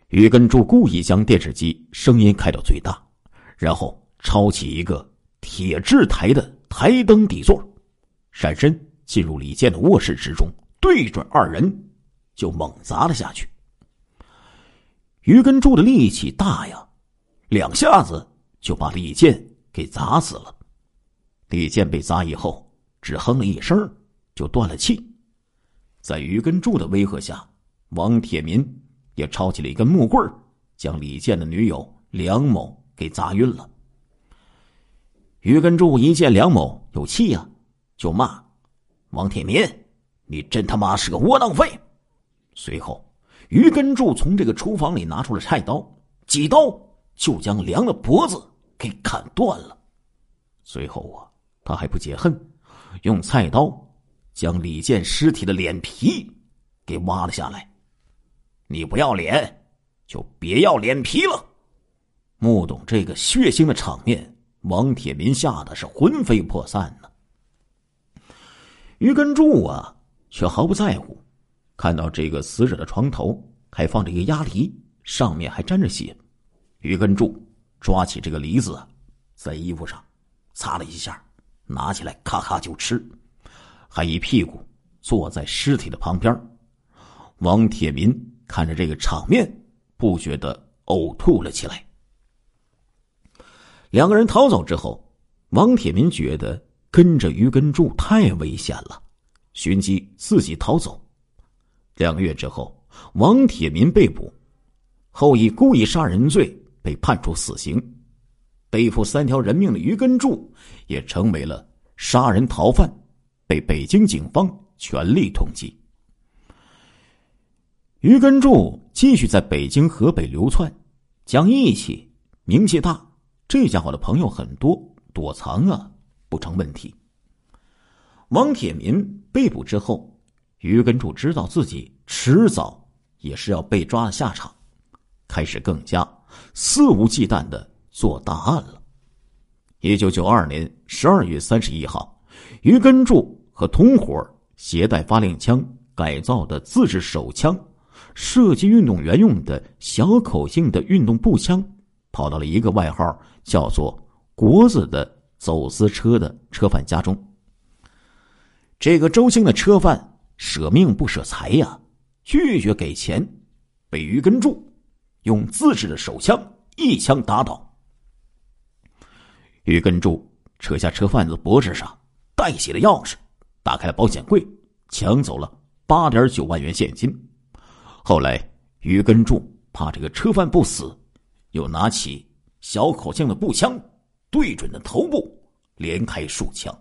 于根柱故意将电视机声音开到最大，然后抄起一个铁制台的台灯底座，闪身进入李健的卧室之中，对准二人就猛砸了下去。于根柱的力气大呀，2下子就把李健给砸死了。李健被砸以后只哼了一声就断了气。在于根柱的威吓下，王铁民也抄起了一根木棍，将李健的女友梁某给砸晕了。于根柱一见梁某有气呀，就骂王铁民，你真他妈是个窝囊废。随后于根柱从这个厨房里拿出了菜刀，几刀就将梁的脖子给砍断了。随后他还不解恨，用菜刀将李健尸体的脸皮给挖了下来。你不要脸就别要脸皮了。目睹这个血腥的场面，王铁民吓得是魂飞魄散呢。于根柱却毫不在乎，看到这个死者的床头还放着一个鸭梨，上面还沾着血。于根柱抓起这个梨子在衣服上擦了一下，拿起来咔咔就吃，还一屁股坐在尸体的旁边。王铁民看着这个场面，不觉得呕吐了起来。2个人逃走之后，王铁民觉得跟着于根柱太危险了，寻机自己逃走。2个月之后，王铁民被捕，后以故意杀人罪被判处死刑。背负3条人命的于根柱也成为了杀人逃犯，被北京警方全力通缉。于根柱继续在北京、河北流窜，讲义气，名气大，这家伙的朋友很多，躲藏不成问题。王铁民被捕之后，于根柱知道自己迟早也是要被抓的下场，开始更加肆无忌惮地做大案了。1992年12月31号，于根柱和同伙携带发令枪改造的自制手枪，射击运动员用的小口径的运动步枪，跑到了一个外号叫做国子的走私车的车贩家中。这个周姓的车贩舍命不舍财拒绝给钱，被于根柱用自制的手枪一枪打倒。于根柱扯下车贩子脖子上带血的钥匙，打开了保险柜，抢走了8.9万元现金。后来于根柱怕这个车贩不死，又拿起小口径的步枪对准了头部，连开数枪。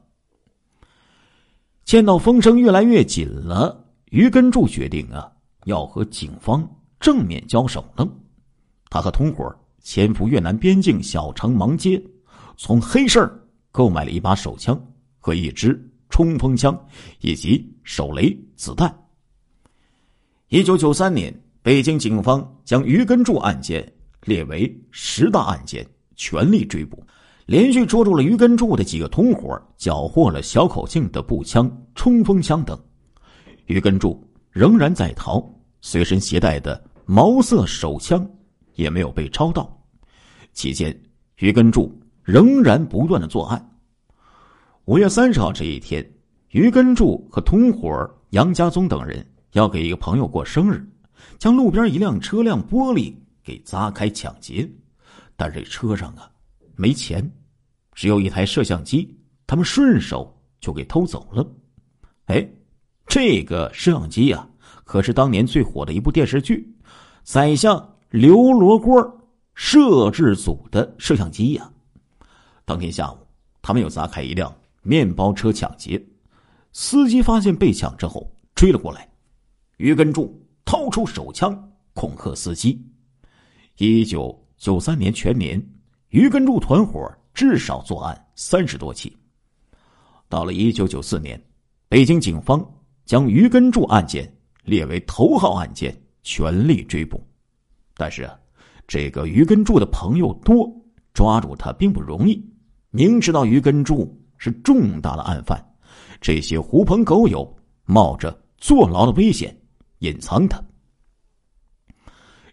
见到风声越来越紧了，于根柱决定要和警方正面交手了。他和同伙潜伏越南边境小城芒街，从黑市购买了一把手枪和一支冲锋枪以及手雷子弹。1993年，北京警方将于根柱案件列为10大案件，全力追捕，连续捉住了于根柱的几个同伙，缴获了小口径的步枪、冲锋枪等。于根柱仍然在逃，随身携带的毛瑟手枪也没有被抄到。期间，于根柱仍然不断的作案。5月30号这一天，于根柱和同伙杨家宗等人要给一个朋友过生日，将路边一辆车辆玻璃给砸开抢劫，但这车上没钱，只有一台摄像机，他们顺手就给偷走了。这个摄像机可是当年最火的一部电视剧《宰相刘罗锅摄制组》的摄像机当天下午，他们又砸开一辆面包车抢劫，司机发现被抢之后追了过来，于根柱掏出手枪恐吓司机。1993年全年，于根柱团伙至少作案30多起。到了1994年，北京警方将于根柱案件列为头号案件，全力追捕。但是这个于根柱的朋友多，抓住他并不容易。明知道于根柱是重大的案犯，这些狐朋狗友冒着坐牢的危险隐藏他。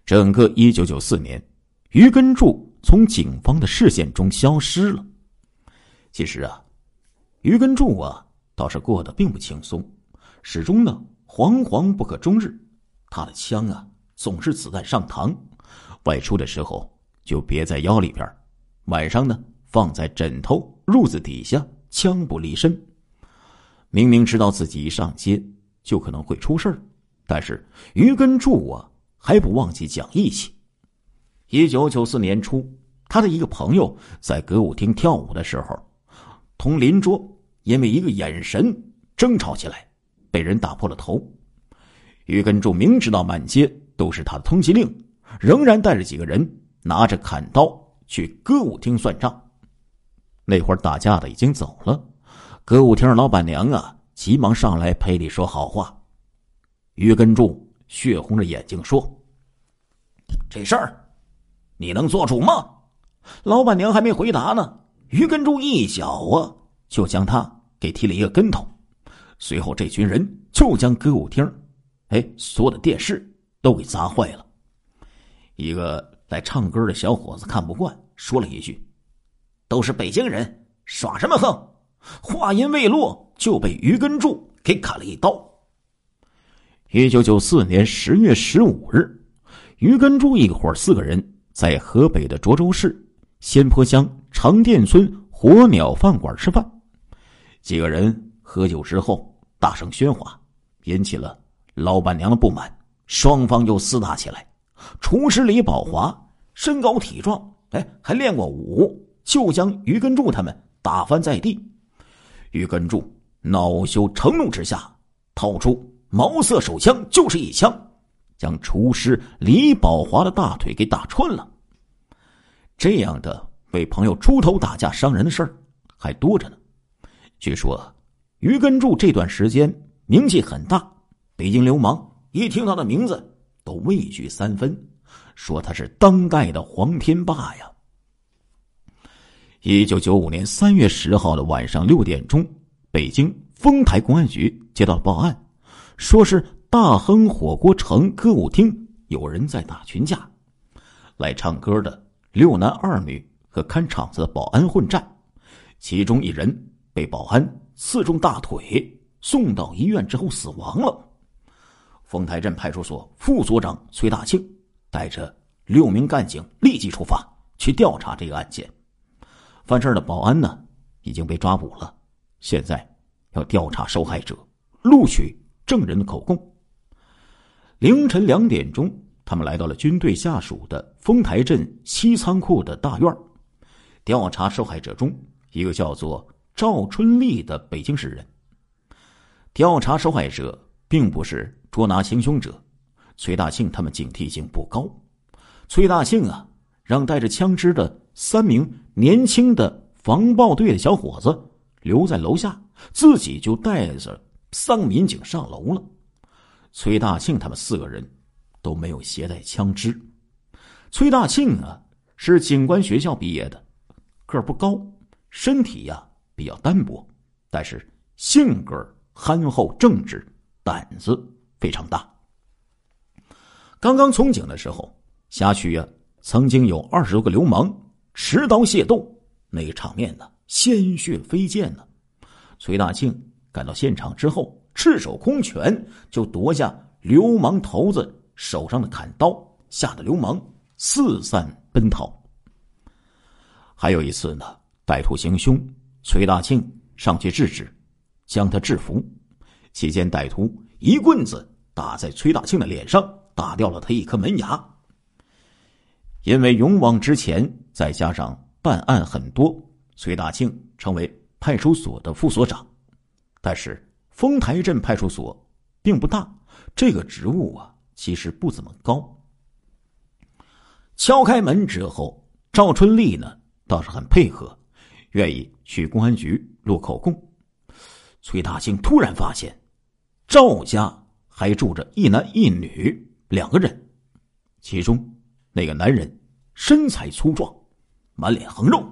整个1994年，于根柱从警方的视线中消失了。其实啊，于根柱倒是过得并不轻松，始终呢惶惶不可终日。他的枪总是子弹上膛，外出的时候就别在腰里边，晚上呢放在枕头褥子底下，枪不离身。明明知道自己一上街就可能会出事儿，但是于根柱还不忘记讲义气。1994年初，他的一个朋友在歌舞厅跳舞的时候，同邻桌因为一个眼神争吵起来，被人打破了头。于根柱明知道满街都是他的通缉令，仍然带着几个人拿着砍刀去歌舞厅算账。那会儿打架的已经走了，歌舞厅老板娘急忙上来赔礼说好话。于根柱血红着眼睛说：“这事儿你能做主吗？”老板娘还没回答呢，于根柱一脚就将他给踢了一个跟头。随后这群人就将歌舞厅所有的电视都给砸坏了。一个来唱歌的小伙子看不惯，说了一句：“都是北京人，耍什么横？”话音未落，就被于根柱给砍了一刀。1994年10月15日，于根柱一伙4个人在河北的涿州市仙坡乡长店村火鸟饭馆吃饭。几个人喝酒之后大声喧哗，引起了老板娘的不满，双方又厮打起来。厨师李宝华身高体壮，还练过武，就将于根柱他们打翻在地。于根柱恼羞成怒之下，掏出毛瑟手枪就是一枪，将厨师李宝华的大腿给打穿了。这样的为朋友出头打架伤人的事儿还多着呢。据说于根柱这段时间名气很大，北京流氓一听他的名字都畏惧3分，说他是当代的黄天霸呀。1995年3月10号的晚上6点钟，北京丰台公安局接到报案，说是大亨火锅城歌舞厅有人在打群架，来唱歌的6男2女和看场子的保安混战，其中一人被保安刺中大腿，送到医院之后死亡了。丰台镇派出所副所长崔大庆带着6名干警立即出发去调查这个案件。犯事的保安呢已经被抓捕了，现在要调查受害者，录取证人的口供。凌晨2点钟，他们来到了军队下属的丰台镇西仓库的大院，调查受害者中一个叫做赵春丽的北京市人。调查受害者并不是捉拿行凶者，崔大庆他们警惕性不高。崔大庆让带着枪支的3名年轻的防暴队的小伙子留在楼下，自己就带着3个民警上楼了。崔大庆他们4个人都没有携带枪支。崔大庆是警官学校毕业的，个儿不高，身体比较单薄，但是性格憨厚正直，胆子非常大。刚刚从警的时候，辖区曾经有20多个流氓持刀械斗，那个场面鲜血飞溅呢。崔大庆赶到现场之后，赤手空拳就夺下流氓头子手上的砍刀，吓得流氓四散奔逃。还有一次呢，歹徒行凶，崔大庆上去制止，将他制服。期间歹徒一棍子打在崔大庆的脸上，打掉了他一颗门牙。因为勇往直前，再加上办案很多，崔大庆成为派出所的副所长。但是丰台镇派出所并不大，这个职务其实不怎么高。敲开门之后，赵春丽呢倒是很配合，愿意去公安局录口供。崔大庆突然发现赵家还住着1男1女2个人，其中那个男人身材粗壮，满脸横肉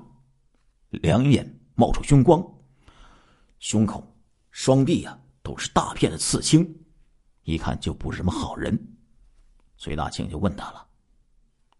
，2眼冒出凶光，胸口双臂都是大片的刺青，一看就不是什么好人。崔大庆就问他了：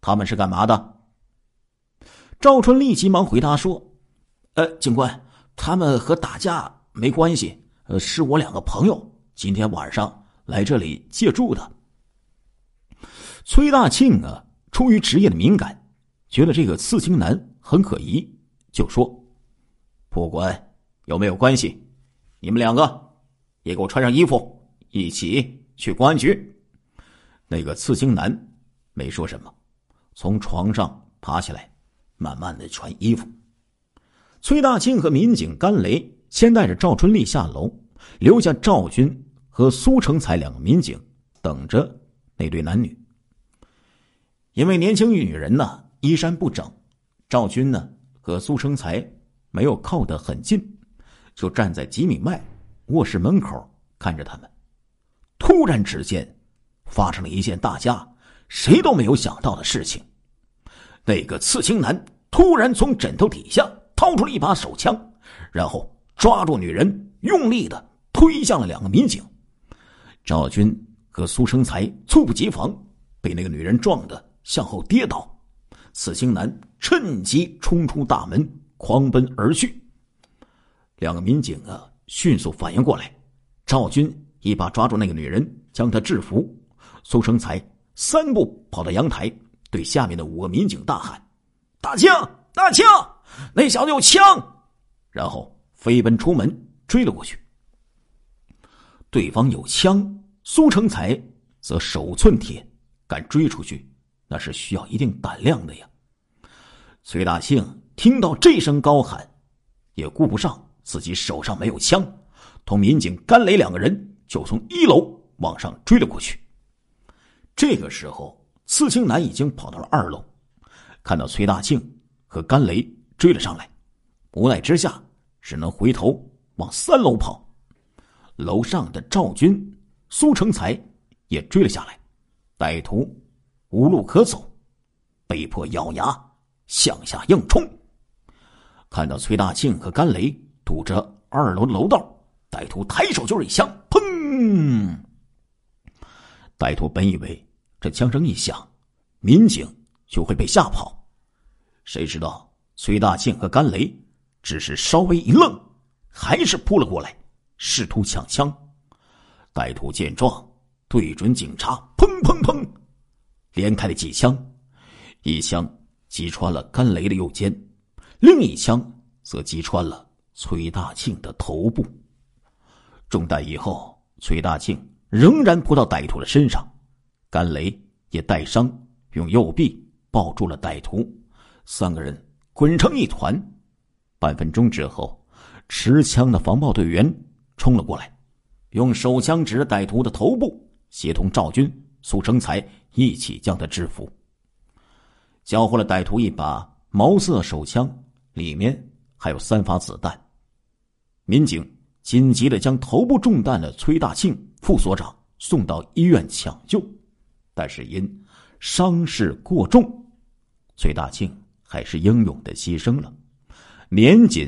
他们是干嘛的？赵春立急忙回答说：警官，他们和打架没关系，是我2个朋友今天晚上来这里借住的。崔大庆出于职业的敏感，觉得这个刺青男很可疑，就说：不管有没有关系，你们2个也给我穿上衣服，一起去公安局。那个刺青男没说什么，从床上爬起来，慢慢的穿衣服。崔大庆和民警甘雷先带着赵春丽下楼，留下赵军和苏成才2个民警等着那对男女。因为年轻女人衣衫不整，赵军和苏成才没有靠得很近，就站在几米外卧室门口看着他们。突然之间发生了一件大家谁都没有想到的事情。那个刺青男突然从枕头底下掏出了一把手枪，然后抓住女人，用力的推向了2个民警。赵军和苏成才猝不及防，被那个女人撞得向后跌倒。刺青男趁机冲出大门，狂奔而去。2个民警迅速反应过来，赵军一把抓住那个女人，将她制服。苏成才3步跑到阳台，对下面的5个民警大喊：大庆，大庆，那小子有枪！然后飞奔出门追了过去。对方有枪，苏成才则手寸铁，敢追出去那是需要一定胆量的呀。崔大庆听到这声高喊，也顾不上自己手上没有枪，同民警甘雷2个人就从1楼往上追了过去。这个时候刺青男已经跑到了2楼，看到崔大庆和甘雷追了上来，无奈之下只能回头往3楼跑。楼上的赵军、苏成才也追了下来，歹徒无路可走，被迫咬牙向下硬冲。看到崔大庆和甘雷堵着2楼的楼道，歹徒抬手就是一枪，砰！歹徒本以为这枪声一响，民警就会被吓跑，谁知道崔大庆和甘雷只是稍微一愣，还是扑了过来，试图抢枪。歹徒见状，对准警察，砰砰砰，连开了几枪，一枪击穿了甘雷的右肩，另一枪则击穿了崔大庆的头部。中弹以后，崔大庆仍然扑到歹徒的身上，甘雷也带伤，用右臂抱住了歹徒，3个人滚成一团。半分钟之后，持枪的防暴队员冲了过来，用手枪指着歹徒的头部，协同赵军、苏成才一起将他制服。缴获了歹徒一把毛瑟手枪，里面还有3发子弹。民警紧急地将头部中弹的崔大庆副所长送到医院抢救，但是因伤势过重，崔大庆还是英勇地牺牲了，年仅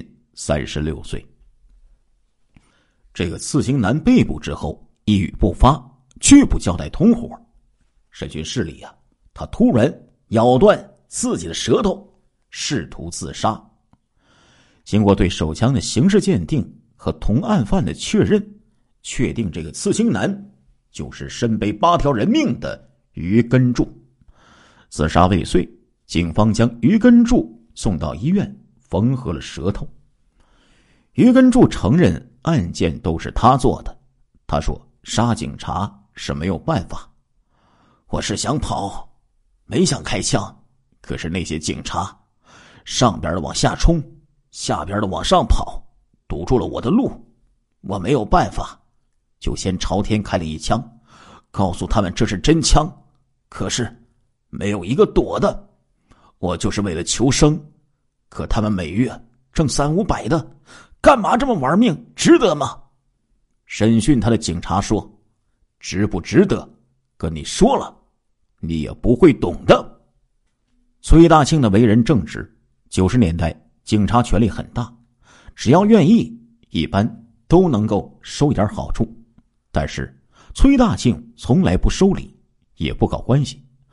36岁。这个刺青男被捕之后一语不发，拒不交代同伙。审讯室里他突然咬断自己的舌头，试图自杀。经过对手枪的刑事鉴定和同案犯的确认，确定这个刺青男就是身背8条人命的于根柱。自杀未遂，警方将于根柱送到医院缝合了舌头。于根柱承认案件都是他做的，他说杀警察是没有办法，我是想跑，没想开枪，可是那些警察上边的往下冲，下边的往上跑，堵住了我的路，我没有办法，就先朝天开了一枪，告诉他们这是真枪，可是没有一个躲的，我就是为了求生，可他们每月挣300-500的，干嘛这么玩命，值得吗？审讯他的警察说，值不值得跟你说了你也不会懂的。崔大庆的为人正直，90年代警察权力很大，只要愿意一般都能够收一点好处，但是崔大庆从来不收礼，也不搞关系，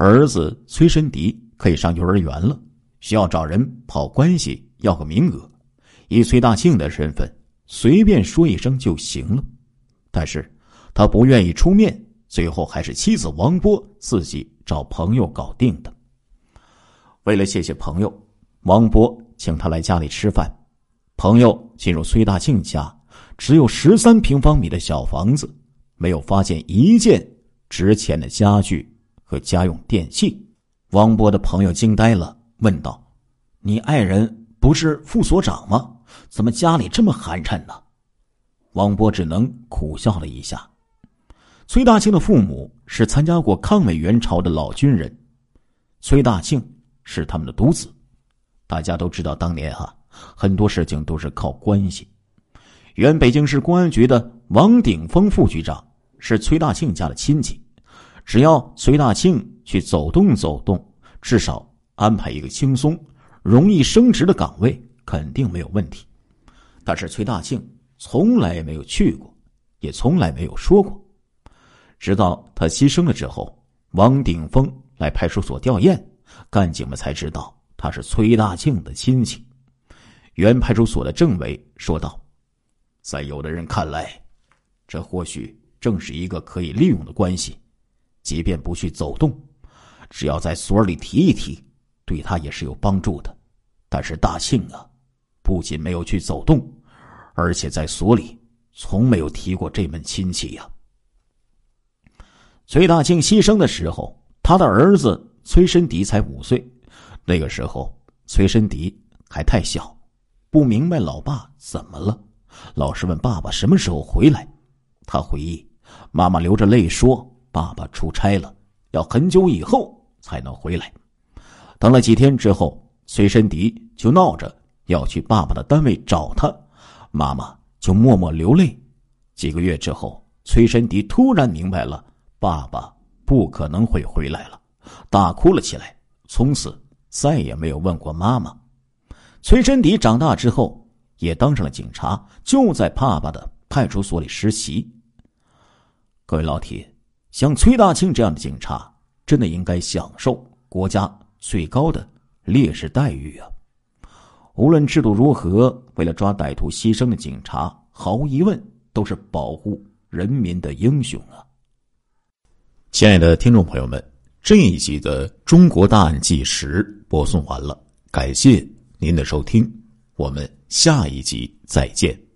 儿子崔申迪可以上幼儿园了，需要找人跑关系要个名额，以崔大庆的身份随便说一声就行了。但是他不愿意出面，最后还是妻子王波自己找朋友搞定的。为了谢谢朋友，王波请他来家里吃饭。朋友进入崔大庆家，只有13平方米的小房子，没有发现一件值钱的家具和家用电器。王波的朋友惊呆了，问道：你爱人不是副所长吗？怎么家里这么寒碜呢？王波只能苦笑了一下。崔大庆的父母是参加过抗美援朝的老军人，崔大庆是他们的独子。大家都知道当年很多事情都是靠关系。原北京市公安局的王鼎峰副局长是崔大庆家的亲戚，只要崔大庆去走动走动，至少安排一个轻松容易升职的岗位，肯定没有问题。但是崔大庆从来没有去过，也从来没有说过。直到他牺牲了之后，王鼎峰来派出所吊唁，干警们才知道他是崔大庆的亲戚。原派出所的政委说道：在有的人看来，这或许正是一个可以利用的关系，即便不去走动，只要在所里提一提，对他也是有帮助的。但是大庆不仅没有去走动，而且在所里从没有提过这门亲戚崔大庆牺牲的时候，他的儿子崔申迪才5岁，那个时候崔申迪还太小，不明白老爸怎么了，老是问爸爸什么时候回来。他回忆，妈妈流着泪说爸爸出差了，要很久以后才能回来。等了几天之后，崔申迪就闹着要去爸爸的单位找他，妈妈就默默流泪。几个月之后，崔申迪突然明白了爸爸不可能会回来了，大哭了起来，从此再也没有问过妈妈。崔申迪长大之后也当上了警察，就在爸爸的派出所里实习。各位老铁，像崔大庆这样的警察真的应该享受国家最高的烈士待遇无论制度如何，为了抓歹徒牺牲的警察毫无疑问都是保护人民的英雄亲爱的听众朋友们，这一集的中国大案纪实播送完了，感谢您的收听，我们下一集再见。